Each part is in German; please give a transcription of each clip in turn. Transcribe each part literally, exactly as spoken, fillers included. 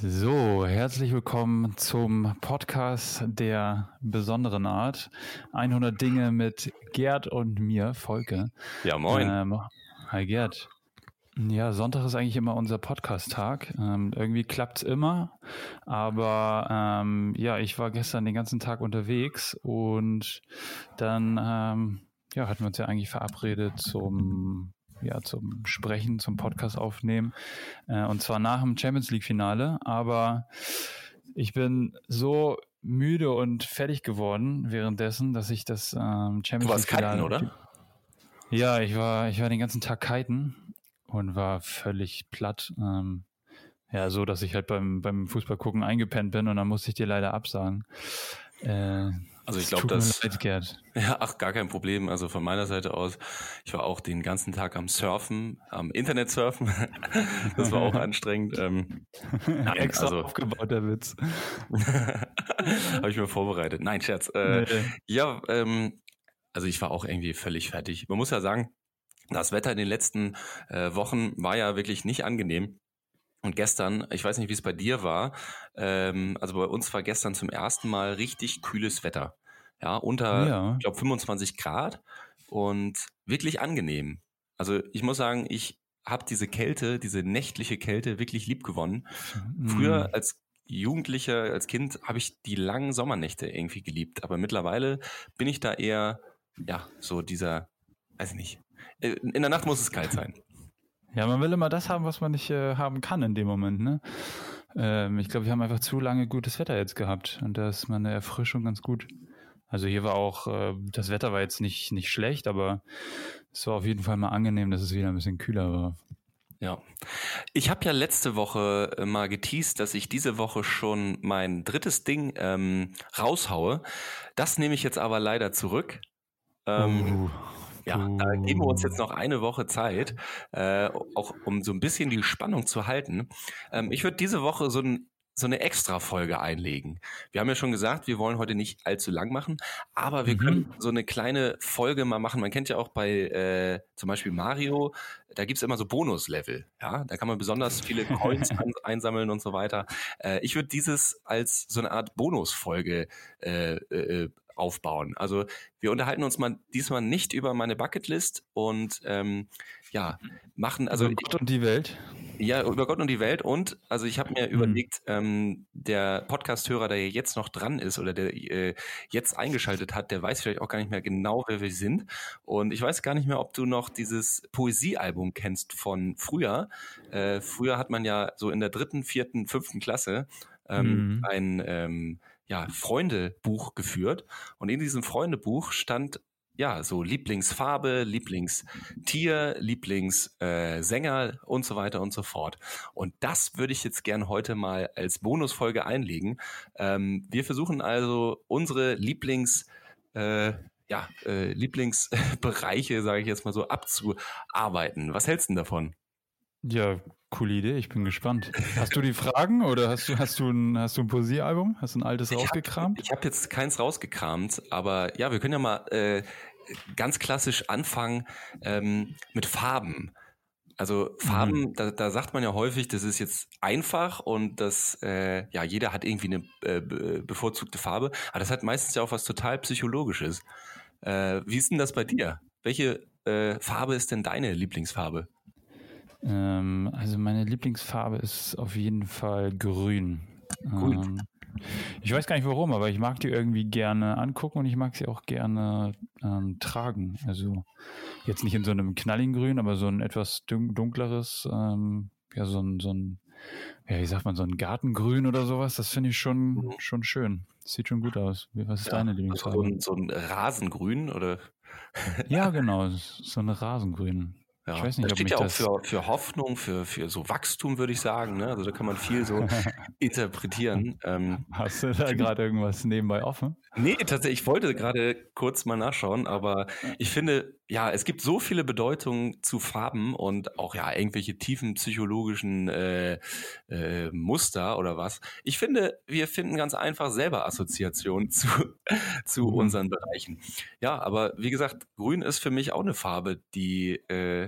So, herzlich willkommen zum Podcast der besonderen Art. hundert Dinge mit Gerd und mir, Volke. Ja, moin. Ähm, hi Gerd. Ja, Sonntag ist eigentlich immer unser Podcast-Tag. Ähm, irgendwie klappt's immer, aber ähm, ja, ich war gestern den ganzen Tag unterwegs und dann ähm, ja, hatten wir uns ja eigentlich verabredet zum ja, zum Sprechen, zum Podcast aufnehmen. Äh, und zwar nach dem Champions League-Finale. Aber ich bin so müde und fertig geworden währenddessen, dass ich das ähm, Champions Du warst League-Finale... kiten, oder? Ja, ich war, ich war den ganzen Tag kiten und war völlig platt. Ähm, ja, so, dass ich halt beim, beim Fußball gucken eingepennt bin und dann musste ich dir leider absagen. Äh, Also ich es glaube, tut mir das... leid, Gerd. Ja, ach, gar kein Problem. Also von meiner Seite aus, ich war auch den ganzen Tag am Surfen, am Internet surfen. Das war auch anstrengend. Ähm, nein, Extra also aufgebaut, der Witz. habe ich mir vorbereitet. Nein, Scherz. Äh, Nee. Ja, ähm, also ich war auch irgendwie völlig fertig. Man muss ja sagen, das Wetter in den letzten äh, Wochen war ja wirklich nicht angenehm. Und gestern, ich weiß nicht, wie es bei dir war, ähm, also bei uns war gestern zum ersten Mal richtig kühles Wetter. Ja, unter, Ja. ich glaube, fünfundzwanzig Grad und wirklich angenehm. Also ich muss sagen, ich habe diese Kälte, diese nächtliche Kälte wirklich lieb gewonnen. Früher Mm. als Jugendlicher, als Kind habe ich die langen Sommernächte irgendwie geliebt. Aber mittlerweile bin ich da eher, ja, so dieser, weiß ich nicht. Äh, In der Nacht muss es kalt sein. Ja, man will immer das haben, was man nicht äh, haben kann in dem Moment, ne? Ähm, ich glaube, wir haben einfach zu lange gutes Wetter jetzt gehabt und da ist mal eine Erfrischung ganz gut. Also hier war auch, äh, das Wetter war jetzt nicht, nicht schlecht, aber es war auf jeden Fall mal angenehm, dass es wieder ein bisschen kühler war. Ja. Ich habe ja letzte Woche äh, mal geteased, dass ich diese Woche schon mein drittes Ding ähm, raushaue. Das nehme ich jetzt aber leider zurück. Ähm, Uh, ja, da geben wir uns jetzt uh. noch eine Woche Zeit, äh, auch um so ein bisschen die Spannung zu halten. Ähm, ich würde diese Woche so ein so eine Extra-Folge einlegen. Wir haben ja schon gesagt, wir wollen heute nicht allzu lang machen, aber wir Mhm. können so eine kleine Folge mal machen. Man kennt ja auch bei äh, zum Beispiel Mario, da gibt's immer so Bonus-Level. Ja, da kann man besonders viele Coins an, einsammeln und so weiter. Äh, ich würde dieses als so eine Art Bonusfolge äh, äh, aufbauen. Also wir unterhalten uns mal diesmal nicht über meine Bucketlist und ähm, ja, machen, also Über Gott und die Welt. ja, über Gott und die Welt und, also ich habe mir Hm. überlegt, ähm, der Podcast-Hörer, der jetzt noch dran ist oder der äh, jetzt eingeschaltet hat, der weiß vielleicht auch gar nicht mehr genau, wer wir sind. Und ich weiß gar nicht mehr, ob du noch dieses Poesiealbum kennst von früher. Äh, früher hat man ja so in der dritten, vierten, fünften Klasse ähm, Mhm. ein ähm, ja, Freundebuch geführt. Und in diesem Freundebuch stand ja, so Lieblingsfarbe, Lieblingstier, Lieblingssänger und so weiter und so fort. Und das würde ich jetzt gern heute mal als Bonusfolge einlegen. Ähm, wir versuchen also unsere Lieblings, äh, ja, äh, Lieblingsbereiche, sage ich jetzt mal so, abzuarbeiten. Was hältst du denn davon? Ja, coole Idee, ich bin gespannt. Hast du die Fragen oder hast du, hast du ein, hast du ein Poesiealbum? Hast du ein altes Ich habe rausgekramt? ich hab jetzt keins rausgekramt, aber ja, wir können ja mal äh, ganz klassisch anfangen ähm, mit Farben. Also Mhm. Farben, da, da sagt man ja häufig, das ist jetzt einfach und das, äh, ja, jeder hat irgendwie eine äh, be- bevorzugte Farbe, aber das hat meistens ja auch was total Psychologisches. Äh, wie ist denn das bei dir? Welche äh, Farbe ist denn deine Lieblingsfarbe? Ähm, also meine Lieblingsfarbe ist auf jeden Fall grün. Grün. Ähm, ich weiß gar nicht warum, aber ich mag die irgendwie gerne angucken und ich mag sie auch gerne ähm, tragen. Also jetzt nicht in so einem knalligen Grün, aber so ein etwas dun- dunkleres, ähm, ja so ein, so ein, ja wie sagt man, so ein Gartengrün oder sowas. Das finde ich schon, schon schön. Sieht schon gut aus. Wie- Was ist Ja, deine also so Lieblingsfarbe? ein, so ein Rasengrün oder Ja, genau, so ein Rasengrün. Ich ja, weiß das nicht, ob steht mich ja auch das. für, für Hoffnung, für, für so Wachstum, würde ich sagen. Ne? Also da kann man viel so interpretieren. Ähm, Hast du da gerade irgendwas nebenbei offen? Nee, tatsächlich, ich wollte gerade kurz mal nachschauen, aber ich finde, ja, es gibt so viele Bedeutungen zu Farben und auch ja irgendwelche tiefen psychologischen äh, äh, Muster oder was. Ich finde, wir finden ganz einfach selber Assoziationen zu, zu Mhm. unseren Bereichen. Ja, aber wie gesagt, Grün ist für mich auch eine Farbe, die, äh,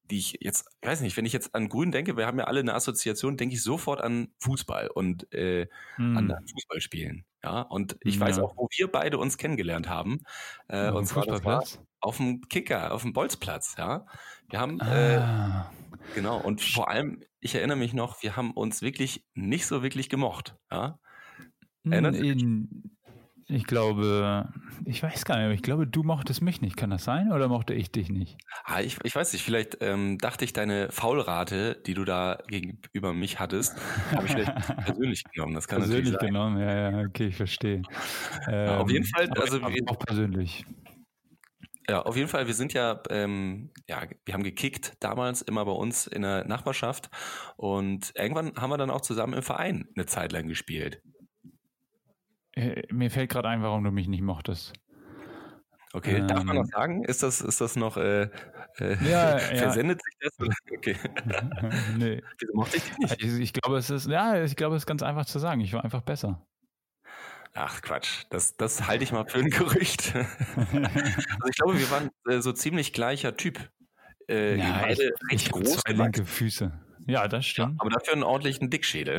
die ich jetzt, ich weiß nicht, wenn ich jetzt an Grün denke, wir haben ja alle eine Assoziation, denke ich sofort an Fußball und äh, Hm. an Fußballspielen. Ja, und ich weiß Ja. auch, wo wir beide uns kennengelernt haben. Äh, Auf und dem zwar, das war Fußballplatz? auf dem Kicker, auf dem Bolzplatz, ja. Wir haben, äh, Ah. genau, und vor allem, ich erinnere mich noch, wir haben uns wirklich nicht so wirklich gemocht, ja. Erinnerst du dich? In, ich glaube, ich weiß gar nicht, aber ich glaube, du mochtest mich nicht. Kann das sein? Oder mochte ich dich nicht? Ah, ich, ich weiß nicht, vielleicht ähm, dachte ich, deine Faulrate, die du da gegenüber mich hattest, habe ich vielleicht persönlich genommen. Das kann Persönlich natürlich sein. genommen, ja, ja, okay, ich verstehe. Ja, auf jeden Ähm, Fall, aber also ja, wir, auch persönlich. ja, auf jeden Fall, wir sind ja, ähm, ja, wir haben gekickt damals immer bei uns in der Nachbarschaft und irgendwann haben wir dann auch zusammen im Verein eine Zeit lang gespielt. Äh, Mir fällt gerade ein, warum du mich nicht mochtest. Okay, darf man das Ähm, sagen? Ist das, ist das noch, äh, äh, ja, ja. versendet sich das? Oder? Okay. Nee. Wieso mochte ich dich nicht? Ich, ich glaube, es ist, ja, ich glaube, es ist ganz einfach zu sagen. Ich war einfach besser. Ach Quatsch, das, das halte ich mal für ein Gerücht. Also ich glaube, wir waren äh, so ziemlich gleicher Typ. Äh, Ja, beide ich, recht ich habe groß zwei gewachsen. linke Füße. Ja, das Ja, stimmt. aber dafür einen ordentlichen Dickschädel.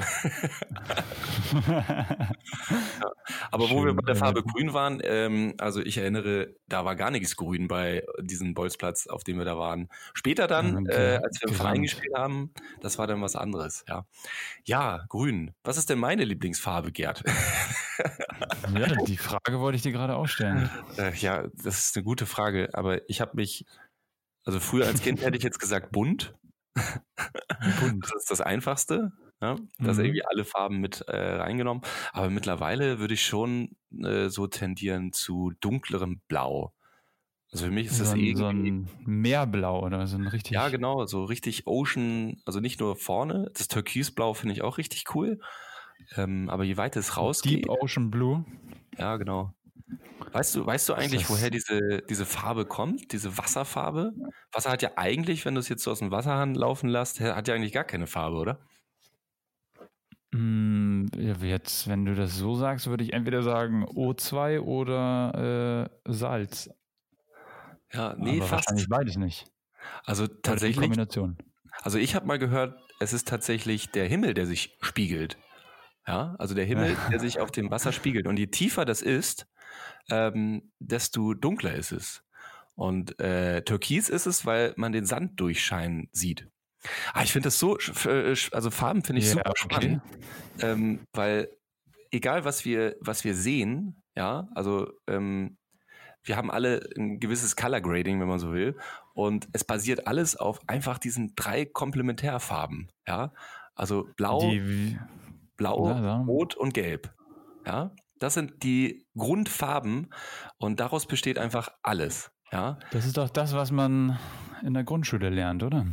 Ja. Aber wo wir Schön, bei der ja. Farbe grün waren, ähm, also ich erinnere, da war gar nichts grün bei diesem Bolzplatz, auf dem wir da waren. Später dann, Okay, äh, als wir im Verein gerannt. gespielt haben, das war dann was anderes. Ja, ja, grün. Was ist denn meine Lieblingsfarbe, Gerd? Ja, die Frage wollte ich dir gerade auch stellen. Äh, ja, das ist eine gute Frage, aber ich habe mich, also früher als Kind hätte ich jetzt gesagt bunt. Bunt. Das ist das Einfachste. Ja, das Mhm. irgendwie alle Farben mit äh, reingenommen. Aber mittlerweile würde ich schon äh, so tendieren zu dunklerem Blau. Also für mich ist So das ein, so irgendwie, ein Meerblau oder so ein ja richtig genau, so richtig Ocean, also nicht nur vorne, das Türkisblau finde ich auch richtig cool. Ähm, aber je weiter es Deep rausgeht, Ocean Blue. ja genau. Weißt du, weißt du Was ist eigentlich, das? woher diese, diese Farbe kommt, diese Wasserfarbe? Wasser hat ja eigentlich, wenn du es jetzt so aus dem Wasserhahn laufen lässt, hat ja eigentlich gar keine Farbe, oder? Hm, ja, jetzt, wenn du das so sagst, würde ich entweder sagen O zwei oder äh, Salz. Ja, nee, Aber fast. wahrscheinlich beides nicht. Also Oder die tatsächlich, Kombination. also ich habe mal gehört, es ist tatsächlich der Himmel, der sich spiegelt. Ja, also der Himmel, der sich auf dem Wasser spiegelt. Und je tiefer das ist, ähm, desto dunkler ist es. Und äh, Türkis ist es, weil man den Sand durchscheinen sieht. Ah, ich finde das so, also Farben finde ich Ja, super okay. spannend, ähm, weil egal was wir, was wir sehen, ja, also ähm, wir haben alle ein gewisses Color Grading, wenn man so will, und es basiert alles auf einfach diesen drei Komplementärfarben, ja, also Blau, Die, Blau, ja, ja. Rot und Gelb, ja, das sind die Grundfarben und daraus besteht einfach alles, ja. Das ist doch das, was man in der Grundschule lernt, oder?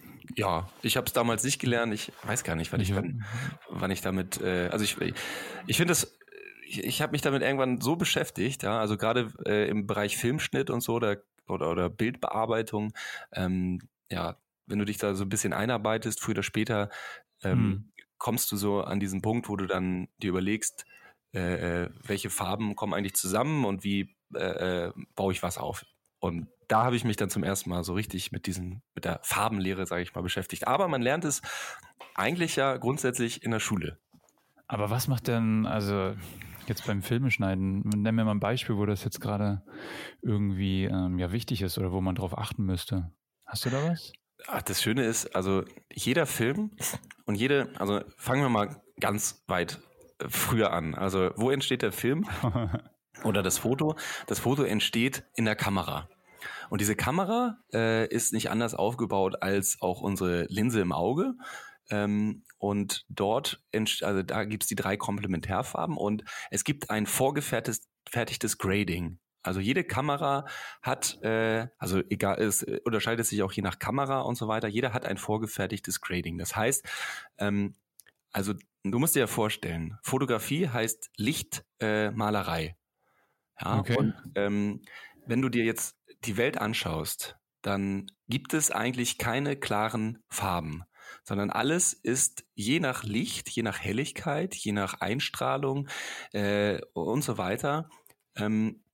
Ja, ich habe es damals nicht gelernt. Ich weiß gar nicht, wann ich, Ich- dann, wann ich damit. Äh, also ich, ich finde das. Ich, ich habe mich damit irgendwann so beschäftigt. Ja, also gerade äh, im Bereich Filmschnitt und so oder oder, oder Bildbearbeitung. Ähm, ja, wenn du dich da so ein bisschen einarbeitest, früher oder später ähm, Hm. kommst du so an diesen Punkt, wo du dann dir überlegst, äh, äh, welche Farben kommen eigentlich zusammen und wie äh, äh, baue ich was auf. Und da habe ich mich dann zum ersten Mal so richtig mit diesen, mit der Farbenlehre, sage ich mal, beschäftigt. Aber man lernt es eigentlich ja grundsätzlich in der Schule. Aber was macht denn, also jetzt beim Filmeschneiden, nenn mir mal ein Beispiel, wo das jetzt gerade irgendwie ähm, ja wichtig ist oder wo man drauf achten müsste. Hast du da was? Ach, das Schöne ist, also jeder Film und jede, also fangen wir mal ganz weit äh, früher an. Also wo entsteht der Film oder das Foto? Das Foto entsteht in der Kamera. Und diese Kamera äh, ist nicht anders aufgebaut als auch unsere Linse im Auge. Ähm, und dort, entst- also da gibt es die drei Komplementärfarben und es gibt ein vorgefertigtes fertigtes Grading. Also jede Kamera hat, äh, also egal, es unterscheidet sich auch je nach Kamera und so weiter, jeder hat ein vorgefertigtes Grading. Das heißt, ähm, also du musst dir ja vorstellen, Fotografie heißt Lichtmalerei. Äh, Malerei. Ja, Okay. und ähm, wenn du dir jetzt die Welt anschaust, dann gibt es eigentlich keine klaren Farben, sondern alles ist je nach Licht, je nach Helligkeit, je nach Einstrahlung äh, und so weiter, ähm,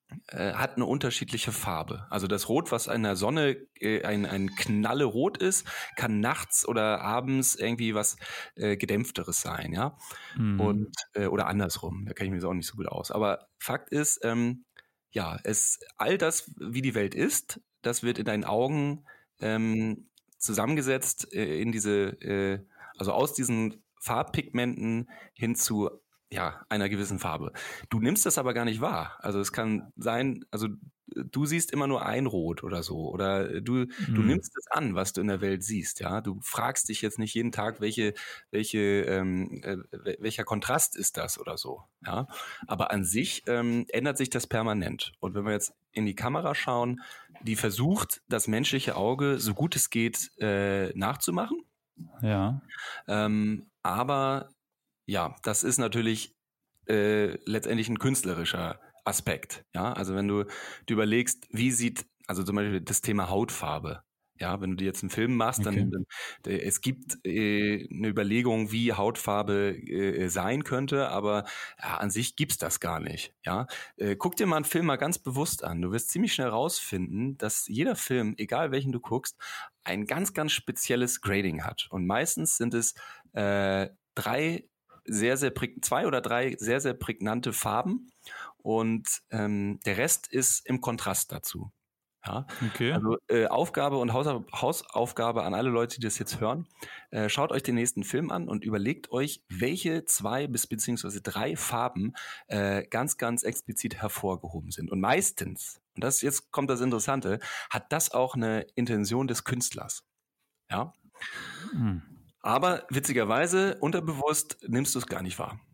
äh, hat eine unterschiedliche Farbe. Also das Rot, was in der Sonne äh, ein, ein Knallerot ist, kann nachts oder abends irgendwie was äh, Gedämpfteres sein, ja. Mhm. Und, äh, oder andersrum, da kenne ich mich jetzt auch nicht so gut aus. Aber Fakt ist, ähm, ja, es, all das, wie die Welt ist, das wird in deinen Augen ähm, zusammengesetzt äh, in diese, äh, also aus diesen Farbpigmenten hin zu ja, einer gewissen Farbe. Du nimmst das aber gar nicht wahr. Also es kann sein, also du siehst immer nur ein Rot oder so. Oder du, Mhm. du nimmst es an, was du in der Welt siehst, ja. Du fragst dich jetzt nicht jeden Tag, welche, welche, ähm, äh, welcher Kontrast ist das oder so, ja. Aber an sich ähm, ändert sich das permanent. Und wenn wir jetzt in die Kamera schauen, die versucht, das menschliche Auge, so gut es geht, äh, nachzumachen. Ja. Ähm, aber ja, das ist natürlich äh, letztendlich ein künstlerischer Aspekt. Ja, also wenn du dir überlegst, wie sieht, also zum Beispiel das Thema Hautfarbe. Ja, wenn du dir jetzt einen Film machst, Okay. dann, dann äh, es gibt äh, eine Überlegung, wie Hautfarbe äh, sein könnte, aber ja, an sich gibt's das gar nicht. Ja, äh, guck dir mal einen Film mal ganz bewusst an. Du wirst ziemlich schnell rausfinden, dass jeder Film, egal welchen du guckst, ein ganz, ganz spezielles Grading hat. Und meistens sind es äh, drei sehr, sehr präg- zwei oder drei sehr, sehr prägnante Farben und ähm, der Rest ist im Kontrast dazu. Ja, Okay. also äh, Aufgabe und Hausa- Hausaufgabe an alle Leute, die das jetzt hören, äh, schaut euch den nächsten Film an und überlegt euch, welche zwei bis beziehungsweise drei Farben äh, ganz, ganz explizit hervorgehoben sind. Und meistens, und das jetzt kommt das Interessante, hat das auch eine Intention des Künstlers. Ja. Mhm. Aber witzigerweise, unterbewusst nimmst du es gar nicht wahr.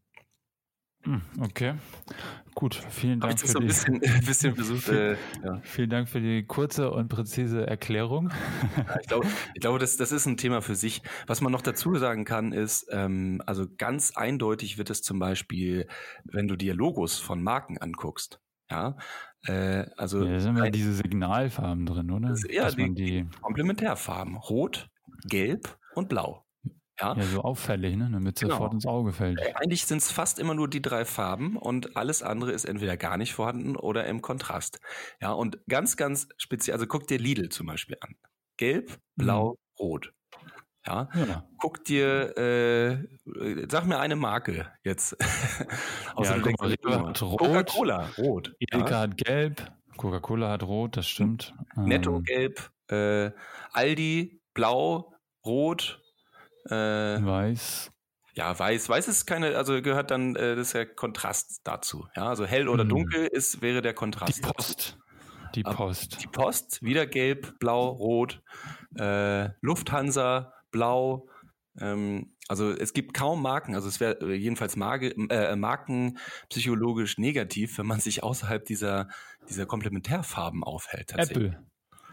Mhm. Okay. Gut, vielen Habe ich Dank das für so ein die bisschen, ein bisschen versucht. Äh, ja. vielen Dank für die kurze und präzise Erklärung. Ja, ich glaube, ich glaube das, das ist ein Thema für sich. Was man noch dazu sagen kann, ist, ähm, also ganz eindeutig wird es zum Beispiel, wenn du dir Logos von Marken anguckst. Ja, äh, also Ja, da sind wir ein- diese Signalfarben drin, oder? das, ja, Dass die, man die die, Komplementärfarben, Rot, Gelb und Blau. Ja, ja, so auffällig, ne? Damit es Genau. sofort ins Auge fällt. Äh, Eigentlich sind es fast immer nur die drei Farben und alles andere ist entweder gar nicht vorhanden oder im Kontrast. Ja, und ganz, ganz speziell, also guck dir Lidl zum Beispiel an. Gelb, Blau, Rot. Ja, Ja. guck dir, äh, äh, sag mir eine Marke jetzt. Außer Ja, du guck mal, denkst, Rewe hat Rot. Coca-Cola, Rot. Edeka Ja. hat Gelb, Coca-Cola hat Rot, das stimmt. Netto, Ähm, Gelb, äh, Aldi, Blau, Rot, äh, Weiß. ja, weiß. Weiß ist keine, also gehört dann, äh, das ist ja Kontrast dazu. Ja, also hell oder Hm. dunkel ist, wäre der Kontrast. Die Post. Die Ab- Post. Die Post, wieder gelb, blau, rot. Äh, Lufthansa, blau. Ähm, also es gibt kaum Marken, also es wäre jedenfalls Marke, äh, markenpsychologisch negativ, wenn man sich außerhalb dieser, dieser Komplementärfarben aufhält. Tatsächlich. Apple.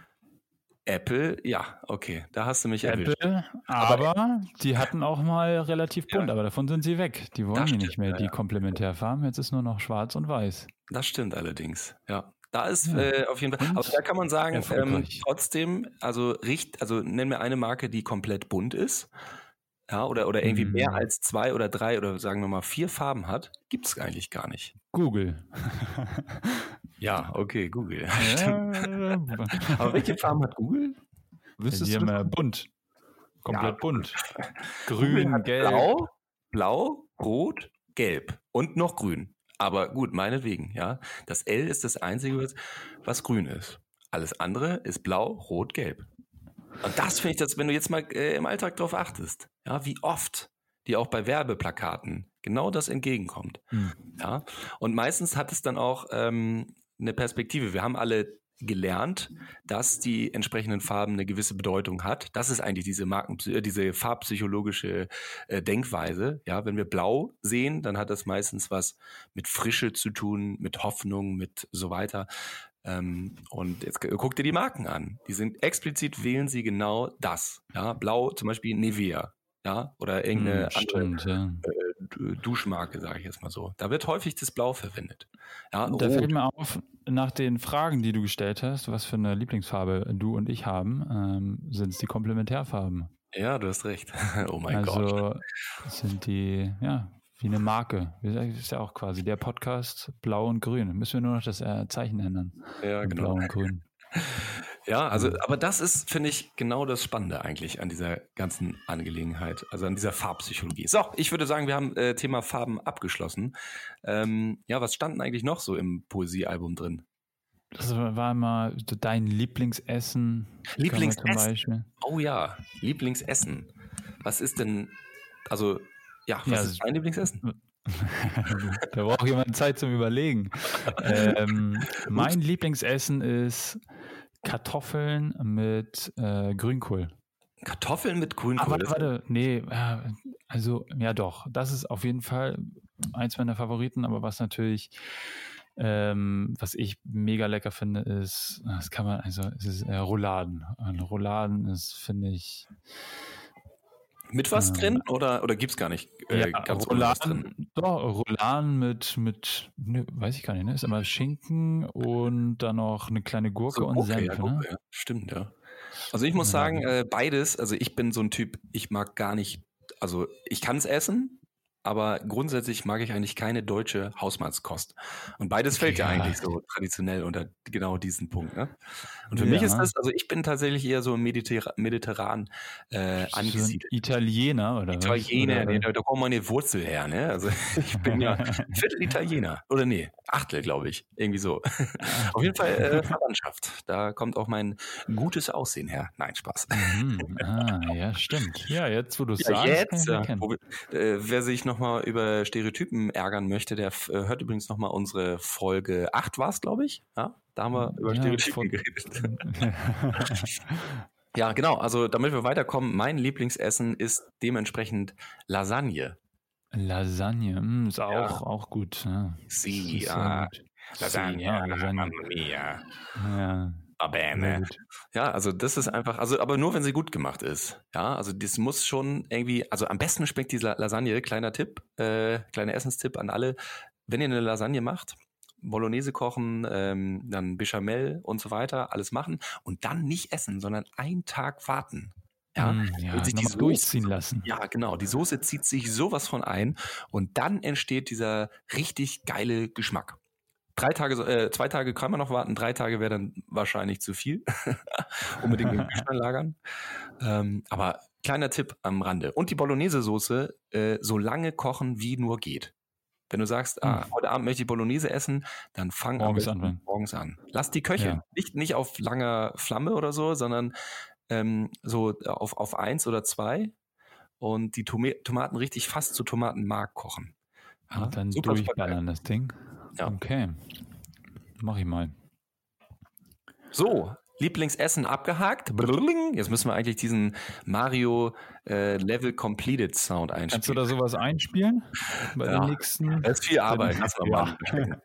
Apple, ja, okay, da hast du mich erwischt. Apple, aber die hatten auch mal relativ bunt, Ja. aber davon sind sie weg. Die wollen Das die stimmt, nicht mehr, ja, die ja. Komplementärfarben. Jetzt ist nur noch schwarz und weiß. Das stimmt allerdings, ja. Da ist Ja. äh, auf jeden Fall, Und aber da kann man sagen, ähm, erfolgreich. trotzdem, also richt, also nenn mir eine Marke, die komplett bunt ist, ja, oder, oder irgendwie Hm. mehr als zwei oder drei oder sagen wir mal vier Farben hat, gibt es eigentlich gar nicht. Google. Ja, okay, Google. Ja, Aber welche Farben hat Google? Wüsstest die du haben das? ja bunt. Komplett Ja. bunt. Google Grün, hat gelb. Blau, Blau, Rot, Gelb und noch Grün. Aber gut, meinetwegen, ja. Das L ist das Einzige, was, was grün ist. Alles andere ist Blau, Rot, Gelb. Und das finde ich, das, wenn du jetzt mal äh, im Alltag drauf achtest, ja, wie oft die auch bei Werbeplakaten genau das entgegenkommt. Hm. Ja. Und meistens hat es dann auch ähm, eine Perspektive. Wir haben alle gelernt, dass die entsprechenden Farben eine gewisse Bedeutung hat. Das ist eigentlich diese Marken, diese farbpsychologische äh, Denkweise. Ja, wenn wir blau sehen, dann hat das meistens was mit Frische zu tun, mit Hoffnung, mit so weiter. Ähm, und jetzt guck dir die Marken an. Die sind explizit, wählen sie genau das. Ja, blau zum Beispiel Nivea. Ja, oder irgendeine Hm, andere stimmt, ja. äh, Duschmarke, sage ich jetzt mal so. Da wird häufig das Blau verwendet. Ja, Da Rot. fällt mir auf, nach den Fragen, die du gestellt hast, was für eine Lieblingsfarbe du und ich haben, ähm, sind es die Komplementärfarben. Ja, du hast recht. Oh mein Gott. Also sind die, ja, wie eine Marke. Das ist ja auch quasi der Podcast blau und grün. Müssen wir nur noch das äh, Zeichen ändern. Ja, genau. Blau und grün. Ja, also, aber das ist, finde ich, genau das Spannende eigentlich an dieser ganzen Angelegenheit, also an dieser Farbpsychologie. So, ich würde sagen, wir haben äh, Thema Farben abgeschlossen. Ähm, ja, was stand denn eigentlich noch so im Poesiealbum drin? Das war immer dein Lieblingsessen. Lieblingsessen? Zum Beispiel. Oh ja, Lieblingsessen. Was ist denn, also, ja, was Ja, ist dein Lieblingsessen? Da braucht jemand Zeit zum Überlegen. ähm, mein Lieblingsessen ist Kartoffeln mit äh, Grünkohl. Kartoffeln mit Grünkohl? Aber warte, nee, also ja doch, das ist auf jeden Fall eins meiner Favoriten, aber was natürlich, ähm, was ich mega lecker finde, ist, das kann man, also es ist äh, Rouladen. Und Rouladen ist, finde ich... Mit was ähm, drin oder, oder gibt es gar nicht? Äh, ja, Rouladen, doch, Rouladen mit, mit ne, weiß ich gar nicht, ne? Ist immer Schinken und dann noch eine kleine Gurke so, und Gurke, Senf. Ja, Gurke, ne? ja. Stimmt, ja. Also ich muss sagen, äh, beides, also ich bin so ein Typ, ich mag gar nicht, also ich kann es essen, aber grundsätzlich mag ich eigentlich keine deutsche Hausmannskost. Und beides fällt ja, ja eigentlich so traditionell unter genau diesen Punkt. Ne? Und für ja. mich ist das, also ich bin tatsächlich eher so mediter- mediterran äh, angesiedelt. So Italiener oder Italiener, was? Nee, da, da kommt meine Wurzel her. Ne? Also ich bin ja Viertel Italiener. Oder nee, Achtel, glaube ich. Irgendwie so. Auf jeden Fall äh, Verwandtschaft. Da kommt auch mein gutes Aussehen her. Nein, Spaß. Mhm. Ah, ja, stimmt. Ja, jetzt, wo du es ja, sagst, jetzt, kann ich ja, wo, äh, wer sich noch nochmal über Stereotypen ärgern möchte, der f- hört übrigens nochmal unsere Folge acht war es, glaube ich. Ja, da haben wir über ja, Stereotypen von... geredet. Ja, genau. Also damit wir weiterkommen, mein Lieblingsessen ist dementsprechend Lasagne. Lasagne, mm, ist auch, ja. auch gut. Ja. Sie, ja. Lasagne, ja, Lasagne. Mamma mia. Ja. Bene. Ja, also das ist einfach, also aber nur wenn sie gut gemacht ist. Ja, also das muss schon irgendwie, also am besten schmeckt diese Lasagne, kleiner Tipp, äh, kleiner Essenstipp an alle, wenn ihr eine Lasagne macht, Bolognese kochen, ähm, dann Bechamel und so weiter, alles machen und dann nicht essen, sondern einen Tag warten. Ja, mm, ja und sich die Soße durchziehen lassen. Ja, genau, die Soße zieht sich sowas von ein und dann entsteht dieser richtig geile Geschmack. Drei Tage, äh, zwei Tage kann man noch warten, drei Tage wäre dann wahrscheinlich zu viel. Unbedingt im Kühlschrank lagern. Ähm, aber kleiner Tipp am Rande. Und die Bolognese-Soße äh, so lange kochen, wie nur geht. Wenn du sagst, ah, heute Abend möchte ich Bolognese essen, dann fang morgens am an. morgens an. Lass die köcheln. Ja. Nicht, nicht auf langer Flamme oder so, sondern ähm, so auf, auf eins oder zwei und die Tome- Tomaten richtig fast zu Tomatenmark kochen. Ja, und dann durchballern das Ding. Ja. Okay, mach ich mal. So, Lieblingsessen abgehakt. Jetzt müssen wir eigentlich diesen Mario äh, Level Completed Sound einspielen. Kannst du da sowas einspielen? Bei ja. den nächsten? Das ist viel Arbeit. Lass mal ja.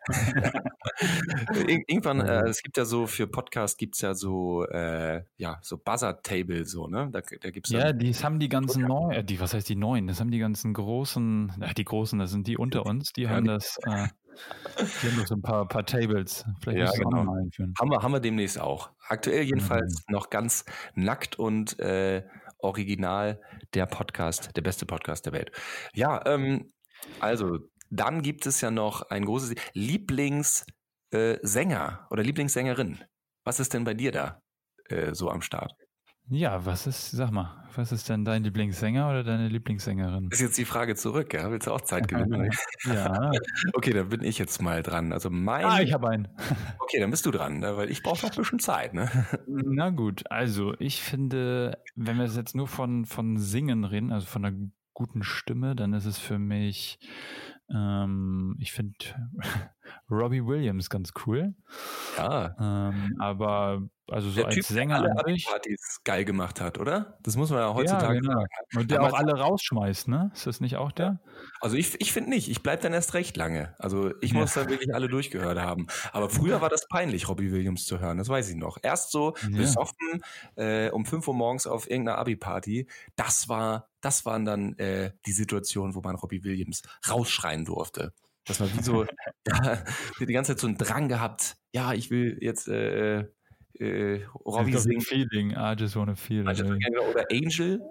Ir- Irgendwann, äh, es gibt ja so, für Podcast gibt es ja so, äh, ja, so Buzzer-Table, so, ne? Da, da gibt's ja, die haben die ganzen neuen, äh, die, was heißt die neuen? Das haben die ganzen großen, äh, die großen, das sind die unter uns, die ja, haben die das, äh, die haben doch so ein paar, paar Tables. Vielleicht ja, genau. mal einführen. Haben wir, haben wir demnächst auch. Aktuell jedenfalls mhm. noch ganz nackt und äh, original der Podcast, der beste Podcast der Welt. Ja, ähm, also dann gibt es ja noch ein großes Lieblingssänger äh, oder Lieblingssängerin. Was ist denn bei dir da äh, so am Start? Ja, was ist, sag mal, was ist denn dein Lieblingssänger oder deine Lieblingssängerin? Ist jetzt die Frage zurück, ja? Willst du auch Zeit gewinnen? Ja. Okay, dann bin ich jetzt mal dran. Also mein. Ah, ich habe einen. Okay, dann bist du dran, ne? Weil ich brauche noch ein bisschen Zeit, ne? Na gut, also ich finde, wenn wir jetzt nur von, von Singen reden, also von einer guten Stimme, dann ist es für mich, ähm, ich finde Robbie Williams ganz cool. Ja. Ähm, aber also so der als Typ, Sänger der an alle sich. Partys geil gemacht hat, oder? Das muss man ja heutzutage ja, genau. sagen. Und der Damals auch alle rausschmeißt, ne? Ist das nicht auch der? Also ich, ich finde nicht. Ich bleib dann erst recht lange. Also ich muss ja. dann wirklich alle durchgehört haben. Aber früher war das peinlich, Robbie Williams zu hören. Das weiß ich noch. Erst so ja. besoffen äh, um fünf Uhr morgens auf irgendeiner Abi-Party. Das war, das waren dann äh, die Situationen, wo man Robbie Williams rausschreien durfte. Das war wie so, ja, die ganze Zeit so einen Drang gehabt. Ja, ich will jetzt äh, äh, Robbie singen. Feeling, I just wanna feel it. Oder Angel.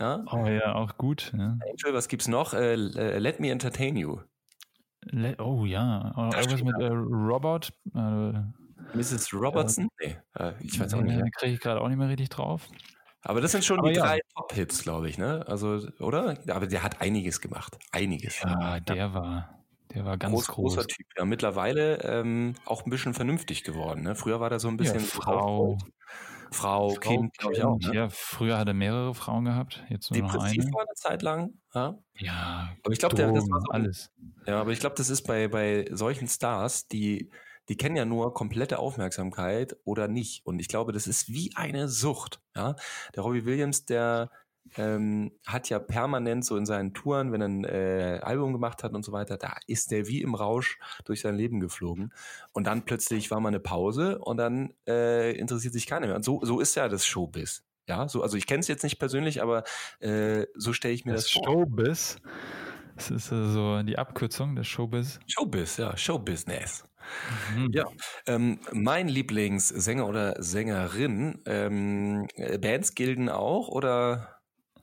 Ja? Oh ja, auch gut. Ja. Angel, was gibt's noch? Äh, Let Me Entertain You. Le- oh ja, oh, Da irgendwas steht mit äh, Robert. Äh, Misses Robertson? Nee, äh, ich weiß auch nee, nicht. da kriege ich gerade auch nicht mehr richtig drauf. Aber das sind schon Aber die ja. drei Top-Hits, glaube ich, ne? Also, oder? Aber der hat einiges gemacht. Einiges. Ja, der war, der war ganz Groß, groß. großer Typ. Ja, mittlerweile ähm, auch ein bisschen vernünftig geworden. Ne? Früher war der so ein bisschen Ja, Frau, Frau, Frau, Kind, glaube ich auch. Ne? Ja, früher hat er mehrere Frauen gehabt, jetzt nur noch Depressiv eine. war eine Zeit lang. Ja, Ja, aber ich glaube, das war so, alles. Ja, aber ich glaube, das ist bei, bei solchen Stars, die, die kennen ja nur komplette Aufmerksamkeit oder nicht. Und ich glaube, das ist wie eine Sucht. Ja? Der Robbie Williams, der ähm, hat ja permanent so in seinen Touren, wenn er ein äh, Album gemacht hat und so weiter, da ist der wie im Rausch durch sein Leben geflogen. Und dann plötzlich war mal eine Pause und dann äh, interessiert sich keiner mehr. Und so, so ist ja das Showbiz. Ja, so, also ich kenne es jetzt nicht persönlich, aber äh, so stelle ich mir das, Das vor. Showbiz, das ist äh, so die Abkürzung des Showbiz. Showbiz, ja, Showbusiness. Mhm. Ja, ähm, mein Lieblingssänger oder Sängerin, ähm, äh, Bands gilden auch oder?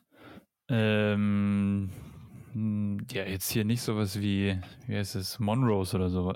Ähm, hm, ja, jetzt hier nicht sowas wie, wie heißt es, Monrose oder so.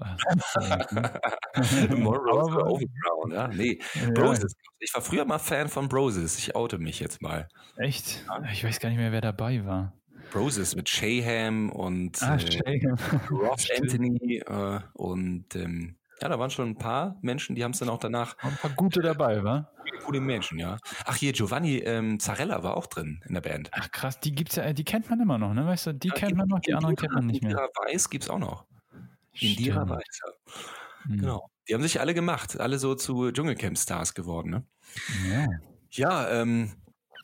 Monrose oder Aber- Overground, ja, nee, Ja, Broses. Ich war früher mal Fan von Broses. Ich oute mich jetzt mal. echt? Ich weiß gar nicht mehr, wer dabei war. Broses mit Shayham und Ah, äh, Shayham. Ross Stimmt. Anthony äh, und ähm, ja, da waren schon ein paar Menschen, die haben es dann auch danach. Ein paar gute dabei, wa? Coole Menschen, ja. Ach hier, Giovanni ähm, Zarella war auch drin in der Band. Ach krass, die gibt's ja, die kennt man immer noch, ne? Weißt du, die Ja, kennt man noch, die anderen kennt man nicht mehr. Indira Weiß gibt's auch noch. Indira Stimmt. Weiß, ja. Hm. Genau. Die haben sich alle gemacht, alle so zu Dschungelcamp-Stars geworden, ne? Ja. Ja, ähm,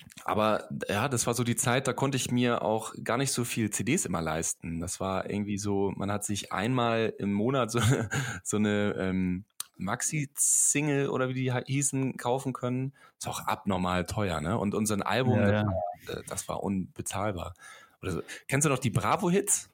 aber ja, das war so die Zeit, da konnte ich mir auch gar nicht so viel C Ds immer leisten. Das war irgendwie so, man hat sich einmal im Monat so, so eine ähm, Maxi-Single oder wie die hießen, kaufen können. Ist auch abnormal teuer, ne? Und unser Album, Ja, das, ja. War, das war unbezahlbar. Oder so. Kennst du noch die Bravo-Hits?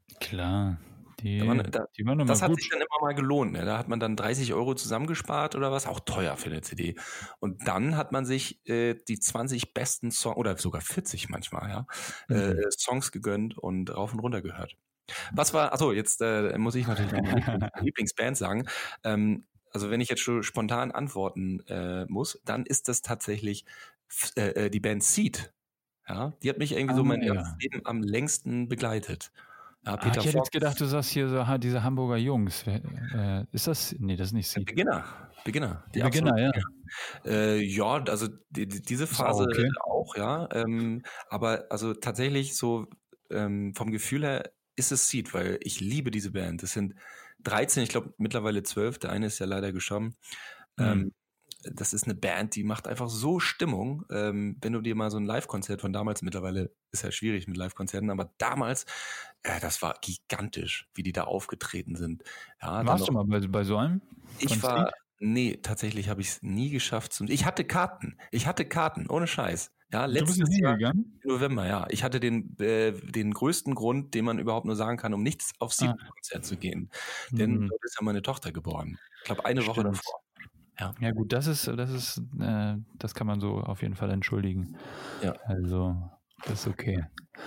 Klar. Die, Da waren, da, die waren immer das hat gut. sich dann immer mal gelohnt. Ne? Da hat man dann dreißig Euro zusammengespart oder was, auch teuer für eine C D. Und dann hat man sich äh, die zwanzig besten Songs, oder sogar vierzig manchmal, ja, Mhm. äh, Songs gegönnt und rauf und runter gehört. Was war, achso, jetzt äh, muss ich natürlich meine Lieblings- Lieblingsband sagen. Ähm, also wenn ich jetzt schon spontan antworten äh, muss, dann ist das tatsächlich f- äh, die Band Seed. Ja, die hat mich irgendwie so Ah, mein ja. ganzes Leben am längsten begleitet. Ja, Ah, Peter ich hätte Fox. jetzt gedacht, du sagst hier so ha, diese Hamburger Jungs. Wer, äh, ist das? Nee, das ist nicht Seed. Beginner, Beginner. Die Beginner, ja. Äh, ja, also die, die, diese Ist Phase auch okay. auch, ja. Ähm, aber also tatsächlich so ähm, vom Gefühl her ist es Seed, weil ich liebe diese Band. Das sind dreizehn, ich glaube mittlerweile zwölf, der eine ist ja leider gestorben. Mhm. Ähm, das ist eine Band, die macht einfach so Stimmung. Ähm, wenn du dir mal so ein Live-Konzert von damals, mittlerweile ist ja schwierig mit Live-Konzerten, aber damals, äh, das war gigantisch, wie die da aufgetreten sind. Ja, dann Warst du noch- mal bei, bei so einem? ich Von war, Seed? nee, tatsächlich habe ich es nie geschafft. Zum, ich hatte Karten. Ich hatte Karten, ohne Scheiß. Ja, Du bist letztes nicht Jahr hingegangen? im November, ja. Ich hatte den, äh, den größten Grund, den man überhaupt nur sagen kann, um nicht aufs Ah. Sieben-Konzert zu gehen. Denn Mhm. dort ist ja meine Tochter geboren. Ich glaube, eine Woche Stimmt. davor. Ja. Ja gut, das ist, das ist, äh, das kann man so auf jeden Fall entschuldigen. Ja. Also, das ist okay.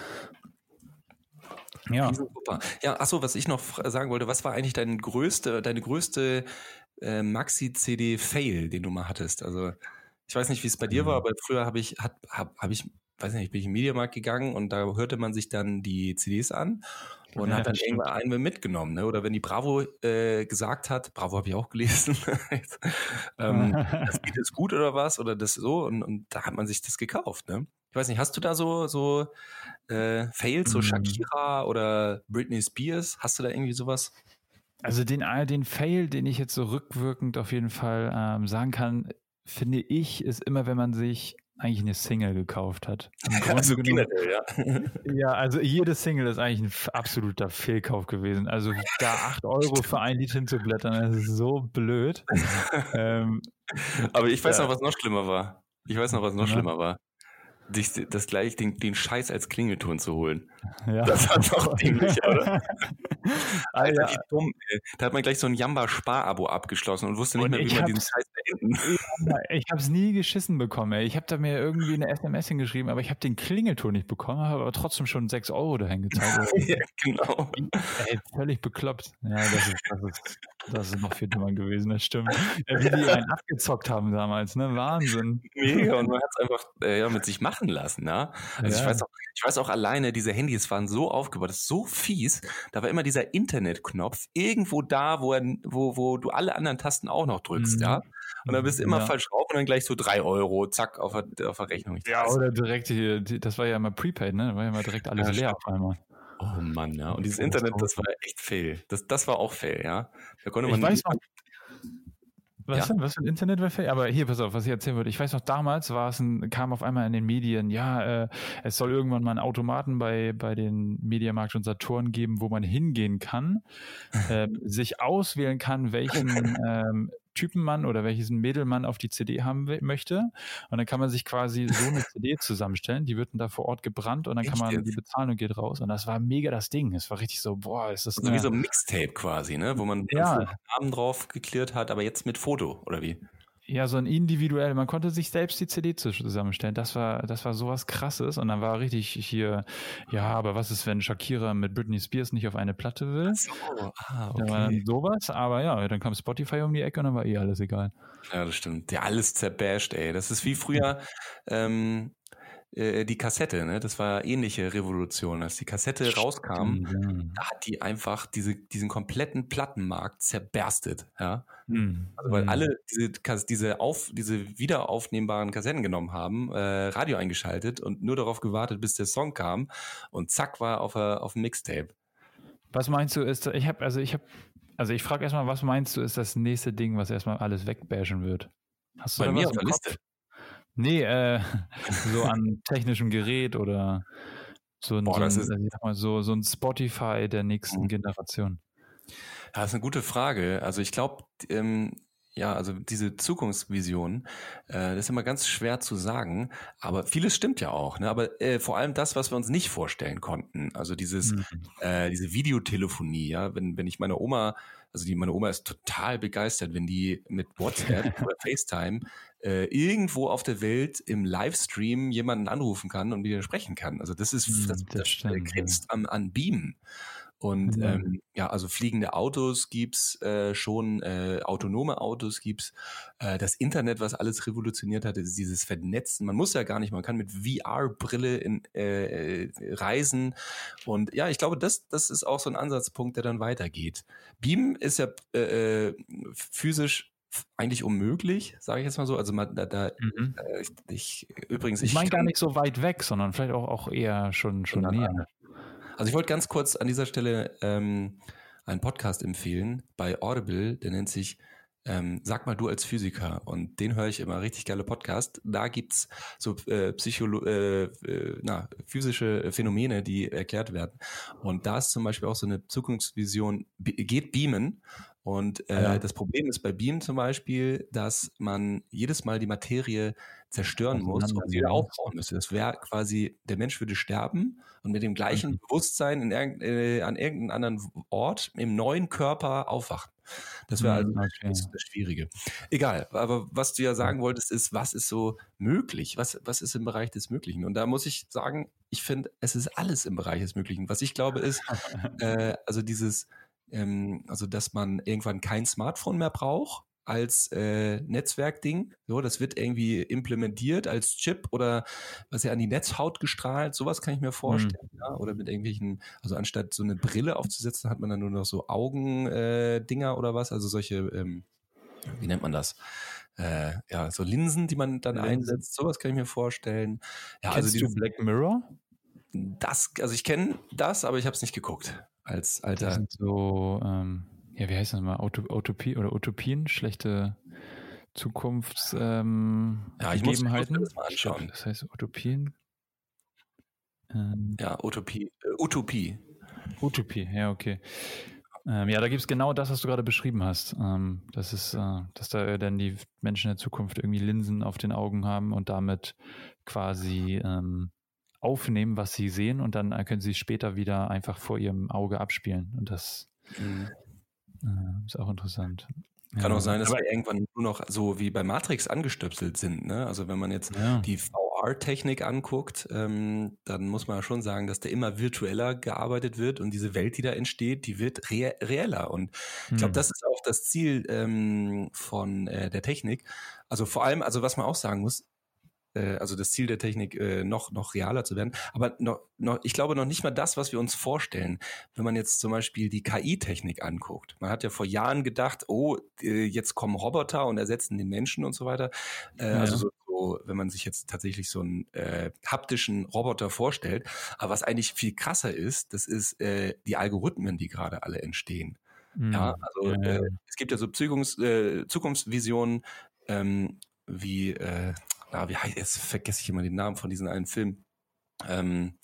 Ja. Die sind super. Ja, achso, was ich noch fra- sagen wollte, was war eigentlich dein größte, deine größte äh, Maxi-C D-Fail, den du mal hattest? Also, ich weiß nicht, wie es bei dir Mhm. war, aber früher habe ich, hat, hab, hab ich, weiß nicht, bin ich im Mediamarkt gegangen und da hörte man sich dann die C Ds an und Ja, hat dann das stimmt. irgendwann einen mitgenommen, ne? Oder wenn die Bravo äh, gesagt hat, Bravo habe ich auch gelesen, ähm, das Lied ist gut oder was oder das so und, und da hat man sich das gekauft, ne? Ich weiß nicht, hast du da so so äh, Fails, so Mhm. Shakira oder Britney Spears? Hast du da irgendwie sowas? Also den, äh, den Fail, den ich jetzt so rückwirkend auf jeden Fall ähm, sagen kann, finde ich, ist immer, wenn man sich eigentlich eine Single gekauft hat. Im Grunde Also genommen, generell, ja. ja, also jede Single ist eigentlich ein f- absoluter Fehlkauf gewesen. Also da acht Euro für ein Lied hinzublättern, das ist so blöd. ähm, Aber ich weiß Ja. noch, was noch schlimmer war. Ich weiß noch, was noch Ja. schlimmer war. Dich, das gleich, den, den Scheiß als Klingelton zu holen. ja. Das war doch dämlich, oder? Ah, Alter, ja. wie dumm, ey. Da hat man gleich so ein Jamba-Spar-Abo abgeschlossen und wusste nicht Und mehr, wie ich man hab- diesen Scheiß hinten. Ja, ich habe es nie geschissen bekommen. Ey. Ich habe da mir irgendwie eine S M S hingeschrieben, aber ich habe den Klingelton nicht bekommen, habe aber trotzdem schon sechs Euro dahin gezahlt. Ja, genau. Ey, völlig bekloppt. Ja, das ist, das ist, das ist noch viel dümmer gewesen, das stimmt. Ja, wie die einen abgezockt haben damals, ne? Wahnsinn. Mega, und man hat es einfach äh, ja, mit sich machen lassen, ja. Also Ja. ich weiß auch, ich weiß auch alleine, diese Handys waren so aufgebaut, das ist so fies. Da war immer dieser Internetknopf irgendwo da, wo, er, wo, wo du alle anderen Tasten auch noch drückst, Mhm. ja. Und dann bist du immer Ja. falsch drauf und dann gleich so drei Euro, zack, auf der, auf der Rechnung. Ich Ja, weiß. oder direkt hier, die- das war ja immer Prepaid, ne? Da war ja immer direkt alles Ja, leer stimmt. auf einmal. Oh Mann, ja. Und dieses Internet, das war echt fail. Das, das war auch fail, ja. Da konnte man Ich weiß nicht- noch, was, Ja? denn, was für ein Internet war fair? Aber hier, pass auf, was ich erzählen würde. Ich weiß noch, damals war es ein, kam auf einmal in den Medien, ja, äh, es soll irgendwann mal einen Automaten bei, bei den Mediamarkt und Saturn geben, wo man hingehen kann, äh, sich auswählen kann, welchen ähm, Typen man oder welches Mädel man auf die C D haben will, möchte. Und dann kann man sich quasi so eine C D zusammenstellen, die wird dann da vor Ort gebrannt und dann kann Echt man jetzt? die bezahlen und geht raus. Und das war mega das Ding. Es war richtig so, boah, ist das Also eine, wie so ein Mixtape quasi, ne? Wo man Ja. den Namen drauf geklärt hat, aber jetzt mit Foto, oder wie? Ja, so ein individuell, man konnte sich selbst die C D zusammenstellen. Das war, das war sowas Krasses. Und dann war richtig hier, ja, aber was ist, wenn Shakira mit Britney Spears nicht auf eine Platte will? So, ah, Da war okay. dann sowas, aber ja, dann kam Spotify um die Ecke und dann war eh alles egal. Ja, das stimmt. Ja, alles zerbasht, ey. Das ist wie früher ähm, äh, die Kassette, ne? Das war ähnliche Revolution. Als die Kassette rauskam, Stimmt, da hat die einfach diese, diesen kompletten Plattenmarkt zerberstet, ja. ja. Hm, Also weil hm. alle diese, Kas- diese, auf, diese wiederaufnehmbaren Kassetten genommen haben, äh, Radio eingeschaltet und nur darauf gewartet, bis der Song kam und zack war auf, a- auf dem Mixtape. Was meinst du, ist, ich habe, also ich habe, also ich frage erstmal, was meinst du, ist das nächste Ding, was erstmal alles wegbashen wird? Hast du Bei da mir was auf im der Kopf? Liste. Nee, äh, so an technischem Gerät oder so ein, Boah, so, das ein ist- ich sag mal, so, so ein Spotify der nächsten Mhm. Generation. Ja, das ist eine gute Frage. Also ich glaube, ähm, ja, also diese Zukunftsvision, äh, das ist immer ganz schwer zu sagen, aber vieles stimmt ja auch. Ne? Aber äh, vor allem das, was wir uns nicht vorstellen konnten, also dieses, Mhm. äh, diese Videotelefonie, ja, wenn wenn ich meine Oma, also die meine Oma ist total begeistert, wenn die mit WhatsApp oder FaceTime äh, irgendwo auf der Welt im Livestream jemanden anrufen kann und mit ihr sprechen kann. Also das ist Mhm, das, das das, äh, stimmt, grenzt an, an Beamen. Und Ja. ähm, ja, also fliegende Autos gibt's äh, schon, äh, autonome Autos gibt's. Äh, das Internet, was alles revolutioniert hat, ist dieses Vernetzen. Man muss ja gar nicht, man kann mit V R-Brille in äh, äh, reisen. Und ja, ich glaube, das, das ist auch so ein Ansatzpunkt, der dann weitergeht. Beam ist ja äh, äh, physisch eigentlich unmöglich, sage ich jetzt mal so. Also man, da, da Mhm. äh, ich, ich übrigens, Ich meine kann- gar nicht so weit weg, sondern vielleicht auch, auch eher schon, schon Nein, näher. Also ich wollte ganz kurz an dieser Stelle ähm, einen Podcast empfehlen bei Audible, der nennt sich ähm, Sag mal du als Physiker, und den höre ich immer, richtig geile Podcast. Da gibt's so äh, Psycholo äh, äh, na, physische Phänomene, die erklärt werden, und da ist zum Beispiel auch so eine Zukunftsvision, be- geht Beamen. Und äh, Ja. das Problem ist bei Beam zum Beispiel, dass man jedes Mal die Materie zerstören muss und Auseinandernehmen wieder muss. aufbauen müsste. Das wäre quasi, der Mensch würde sterben und mit dem gleichen Mhm. Bewusstsein in irgend, äh, an irgendeinem anderen Ort im neuen Körper aufwachen. Das wäre also Mhm, okay. das, das Schwierige. Egal, aber was du ja sagen wolltest, ist, was ist so möglich? Was, was ist im Bereich des Möglichen? Und da muss ich sagen, ich finde, es ist alles im Bereich des Möglichen. Was ich glaube ist, äh, also dieses, ähm, also dass man irgendwann kein Smartphone mehr braucht als äh, Netzwerkding. So, das wird irgendwie implementiert als Chip oder was ja an die Netzhaut gestrahlt. Sowas kann ich mir vorstellen. Mhm. Ja? Oder mit irgendwelchen, also anstatt so eine Brille aufzusetzen, hat man dann nur noch so Augendinger äh, Dinger oder was. Also solche, ähm, wie nennt man das? Äh, ja, so Linsen, die man dann Linsen. einsetzt. Sowas kann ich mir vorstellen. Ja, Kennst also du dieses, Black Mirror? das, also ich kenne das, aber ich habe es nicht geguckt. Als Das alter. sind so, ähm, ja, wie heißt das mal? Auto, Utopie oder Utopien, schlechte Zukunfts ähm, Ja, ich muss, ich muss mir Gegebenheiten. das mal Ich glaub, anschauen. das heißt Utopien. Ähm, Ja, Utopie. Äh, Utopie. Utopie, ja, okay. Ähm, ja, da gibt es genau das, was du gerade beschrieben hast. Ähm, das ist, äh, dass da dann die Menschen in der Zukunft irgendwie Linsen auf den Augen haben und damit quasi ähm, aufnehmen, was sie sehen, und dann können sie es später wieder einfach vor ihrem Auge abspielen. Und das Mhm. äh, ist auch interessant. Kann Ja, auch sein, dass aber wir irgendwann nur noch so wie bei Matrix angestöpselt sind. Ne? Also wenn man jetzt ja. die V R-Technik anguckt, ähm, dann muss man ja schon sagen, dass da immer virtueller gearbeitet wird und diese Welt, die da entsteht, die wird re reeller. Und ich glaube, Hm. das ist auch das Ziel ähm, von äh, der Technik. Also vor allem, also was man auch sagen muss, äh, also das Ziel der Technik, äh, noch, noch realer zu werden. Aber noch, noch, ich glaube noch nicht mal das, was wir uns vorstellen. Wenn man jetzt zum Beispiel die K I-Technik anguckt. Man hat ja vor Jahren gedacht, oh, äh, jetzt kommen Roboter und ersetzen den Menschen und so weiter. Äh, Ja. Also so, so, wenn man sich jetzt tatsächlich so einen äh, haptischen Roboter vorstellt. Aber was eigentlich viel krasser ist, das ist äh, die Algorithmen, die gerade alle entstehen. Ja, Hm. also Ja, ja. äh, es gibt ja so Zukunfts, äh, Zukunftsvisionen, ähm, wie, äh, na, wie heißt, jetzt vergesse ich immer den Namen von diesem einen Film. Ähm,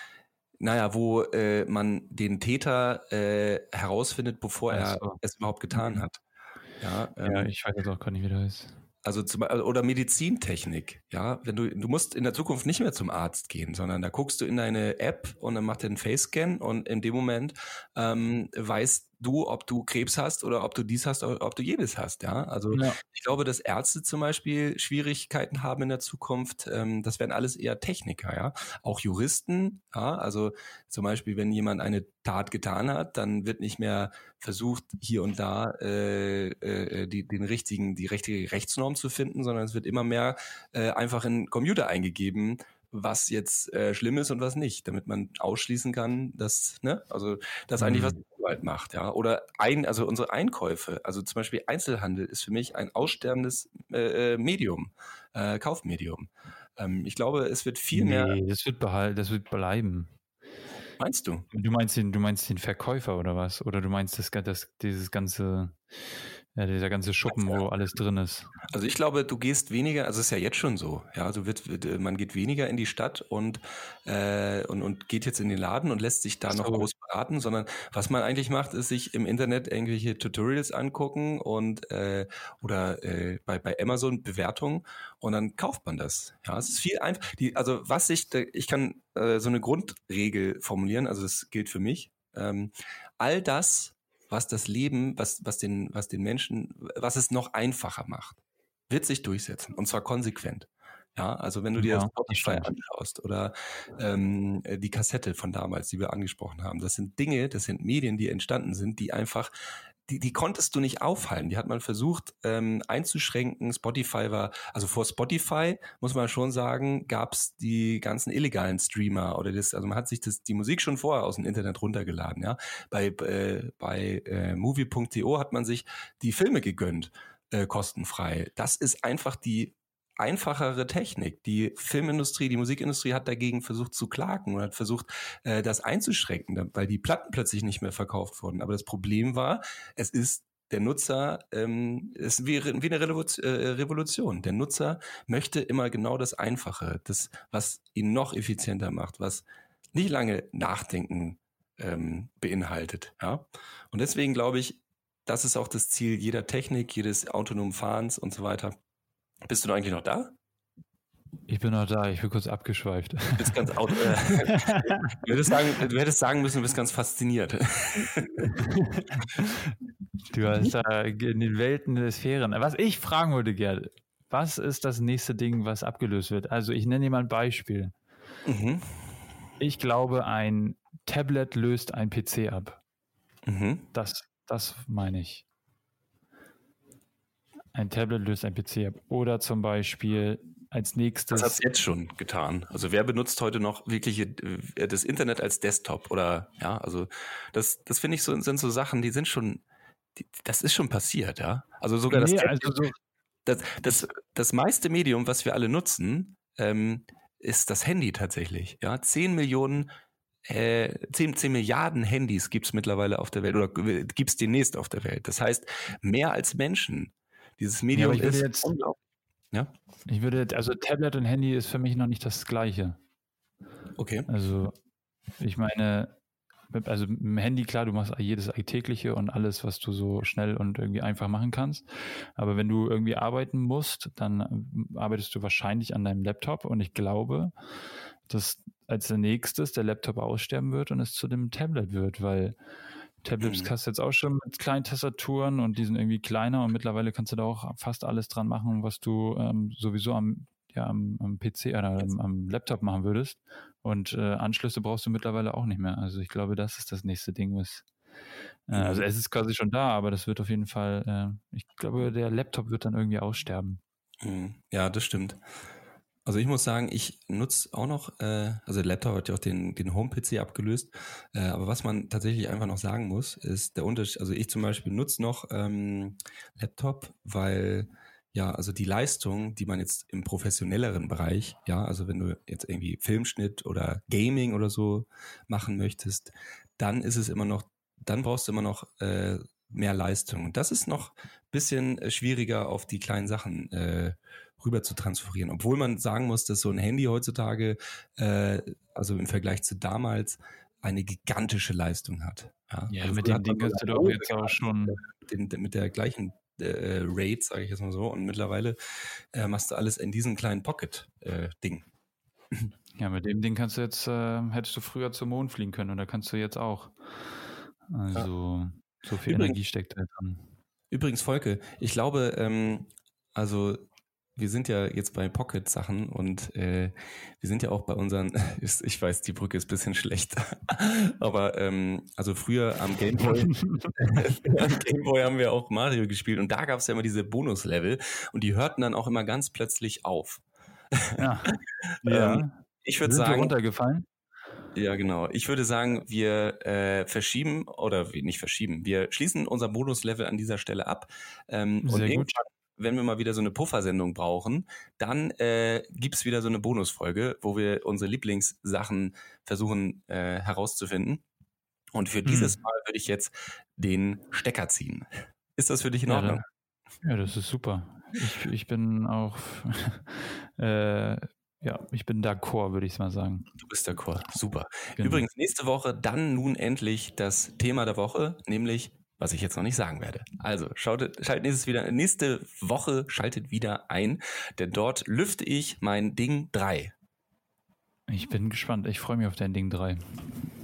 naja, wo äh, man den Täter äh, herausfindet, bevor Ach er so. es überhaupt getan Mhm. hat. Ja, Ja, ähm, ich weiß jetzt auch gar nicht, wie der heißt. also zum, oder Medizintechnik, ja, wenn du, du musst in der Zukunft nicht mehr zum Arzt gehen, sondern da guckst du in deine App und dann macht er einen Face-Scan und in dem Moment ähm, weißt du, ob du Krebs hast oder ob du dies hast oder ob du jenes hast, ja. Also Ja. ich glaube, dass Ärzte zum Beispiel Schwierigkeiten haben in der Zukunft. Ähm, das werden alles eher Techniker, ja. Auch Juristen, ja. Also zum Beispiel, wenn jemand eine Tat getan hat, dann wird nicht mehr versucht, hier und da äh, äh, die, den richtigen, die richtige Rechtsnorm zu finden, sondern es wird immer mehr äh, einfach in den Computer eingegeben, was jetzt äh, schlimm ist und was nicht, damit man ausschließen kann, dass, ne, also das eigentlich was Hm. die Gewalt macht, ja. Oder ein, also unsere Einkäufe, also zum Beispiel Einzelhandel ist für mich ein aussterbendes äh, äh, Medium, äh, Kaufmedium. Ähm, ich glaube, es wird viel mehr, Nee, das wird behalten, das wird bleiben. meinst du? Du meinst den, du meinst den Verkäufer oder was? Oder du meinst das, das dieses ganze, ja, dieser ganze Schuppen, wo alles drin ist. Also ich glaube, du gehst weniger, also es ist ja jetzt schon so, ja, also wird, wird man geht weniger in die Stadt und, äh, und und geht jetzt in den Laden und lässt sich da noch So, groß beraten, sondern was man eigentlich macht, ist sich im Internet irgendwelche Tutorials angucken und äh, oder äh, bei bei Amazon Bewertungen und dann kauft man das. Ja, es ist viel einfach. Die, also was ich, da- ich kann äh, so eine Grundregel formulieren, also das gilt für mich. Ähm, all das, was das Leben, was was den was den Menschen, was es noch einfacher macht, wird sich durchsetzen und zwar konsequent. Ja, also wenn du dir ja, das Spotify stimmt. anschaust oder ähm, die Kassette von damals, die wir angesprochen haben, das sind Dinge, das sind Medien, die entstanden sind, die einfach, die, die konntest du nicht aufhalten. Die hat man versucht ähm, einzuschränken. Spotify war, also vor Spotify, muss man schon sagen, gab es die ganzen illegalen Streamer oder das, also man hat sich das, die Musik schon vorher aus dem Internet runtergeladen. Ja, bei äh, bei äh, movie punkt to hat man sich die Filme gegönnt äh, kostenfrei. Das ist einfach die einfachere Technik. Die Filmindustrie, die Musikindustrie hat dagegen versucht zu klagen und hat versucht, äh, das einzuschränken, weil die Platten plötzlich nicht mehr verkauft wurden. Aber das Problem war, es ist der Nutzer, ähm, es wäre wie eine Revolution, äh, Revolution. Der Nutzer möchte immer genau das Einfache, das, was ihn noch effizienter macht, was nicht lange Nachdenken ähm, beinhaltet. Ja? Und deswegen glaube ich, das ist auch das Ziel jeder Technik, jedes autonomen Fahrens und so weiter. Bist du da eigentlich noch da? Ich bin noch da, ich bin kurz abgeschweift. Du bist ganz out, äh, du, hättest sagen, du hättest sagen müssen, du bist ganz fasziniert. Du hast da in den Welten der Sphären. Was ich fragen würde, Gerd, was ist das nächste Ding, was abgelöst wird? Also ich nenne dir mal ein Beispiel. Mhm. Ich glaube, ein Tablet löst ein P C ab. Mhm. Das, das meine ich. Ein Tablet löst ein P C ab. Oder zum Beispiel als nächstes. Das hat es jetzt schon getan. Also wer benutzt heute noch wirklich äh, das Internet als Desktop? Oder ja, also das, das finde ich so, sind so Sachen, die sind schon, die, das ist schon passiert, ja. Also sogar das, Nee, also so, das, das, das meiste Medium, was wir alle nutzen, ähm, ist das Handy tatsächlich. Ja, zehn Millionen, äh, zehn, zehn Milliarden Handys gibt es mittlerweile auf der Welt oder gibt es demnächst auf der Welt. Das heißt, mehr als Menschen. Dieses ja, Medium aber ich würde ist jetzt, unglaublich. Ja, ich würde, also Tablet und Handy ist für mich noch nicht das Gleiche. okay. Also ich meine, also mit dem Handy, klar, du machst jedes Alltägliche und alles, was du so schnell und irgendwie einfach machen kannst. Aber wenn du irgendwie arbeiten musst, dann arbeitest du wahrscheinlich an deinem Laptop. Und ich glaube, dass als nächstes der Laptop aussterben wird und es zu dem Tablet wird, weil Tablets Mhm. hast du jetzt auch schon mit kleinen Tastaturen und die sind irgendwie kleiner und mittlerweile kannst du da auch fast alles dran machen, was du ähm, sowieso am, ja, am, am P C oder am, am Laptop machen würdest. Und äh, Anschlüsse brauchst du mittlerweile auch nicht mehr. Also ich glaube, das ist das nächste Ding, was äh, also Mhm. es ist quasi schon da, aber das wird auf jeden Fall, äh, ich glaube, der Laptop wird dann irgendwie aussterben. Mhm. Ja, das stimmt. Also ich muss sagen, ich nutze auch noch, äh, also der Laptop hat ja auch den, den Home-P C abgelöst, äh, aber was man tatsächlich einfach noch sagen muss, ist der Unterschied, also ich zum Beispiel nutze noch ähm, Laptop, weil ja, also die Leistung, die man jetzt im professionelleren Bereich, ja, also wenn du jetzt irgendwie Filmschnitt oder Gaming oder so machen möchtest, dann ist es immer noch, dann brauchst du immer noch äh, mehr Leistung. Und das ist noch ein bisschen äh, schwieriger auf die kleinen Sachen äh, rüber zu transferieren. Obwohl man sagen muss, dass so ein Handy heutzutage, äh, also im Vergleich zu damals, eine gigantische Leistung hat. Ja, Ja, also mit früher dem hat man Ding so kannst du eine doch Hose jetzt auch gehabt, schon, mit, den, mit der gleichen äh, Rate, sage ich jetzt mal so. Und mittlerweile äh, machst du alles in diesem kleinen Pocket-Ding. ja, mit dem Ding kannst du jetzt, äh, hättest du früher zum Mond fliegen können oder kannst du jetzt auch. Also so viel Übrigens, Energie steckt da drin. übrigens, Volke, ich glaube, ähm, also wir sind ja jetzt bei Pocket-Sachen und äh, wir sind ja auch bei unseren, ich weiß, die Brücke ist ein bisschen schlecht, aber ähm, also früher am Gameboy, am Gameboy haben wir auch Mario gespielt und da gab es ja immer diese Bonuslevel und die hörten dann auch immer ganz plötzlich auf. Ja, Ähm, ja. ich würde Sind die sagen, runtergefallen? ja genau, ich würde sagen, wir äh, verschieben oder wir nicht verschieben, wir schließen unser Bonuslevel an dieser Stelle ab ähm, und Sehr gut. irgendwann, wenn wir mal wieder so eine Puffersendung brauchen, dann äh, gibt's wieder so eine Bonusfolge, wo wir unsere Lieblingssachen versuchen äh, herauszufinden. Und für dieses Hm. Mal würde ich jetzt den Stecker ziehen. Ist das für dich in Ja, Ordnung? da, ja, das ist super. Ich, ich bin auch, äh, ja, ich bin d'accord, würde ich mal sagen. Du bist d'accord. Super. Genau. Übrigens, nächste Woche dann nun endlich das Thema der Woche, nämlich, was ich jetzt noch nicht sagen werde. Also, schaltet, schaltet nächstes wieder, nächste Woche schaltet wieder ein, denn dort lüfte ich mein Ding drei. Ich bin gespannt. Ich freue mich auf dein Ding drei.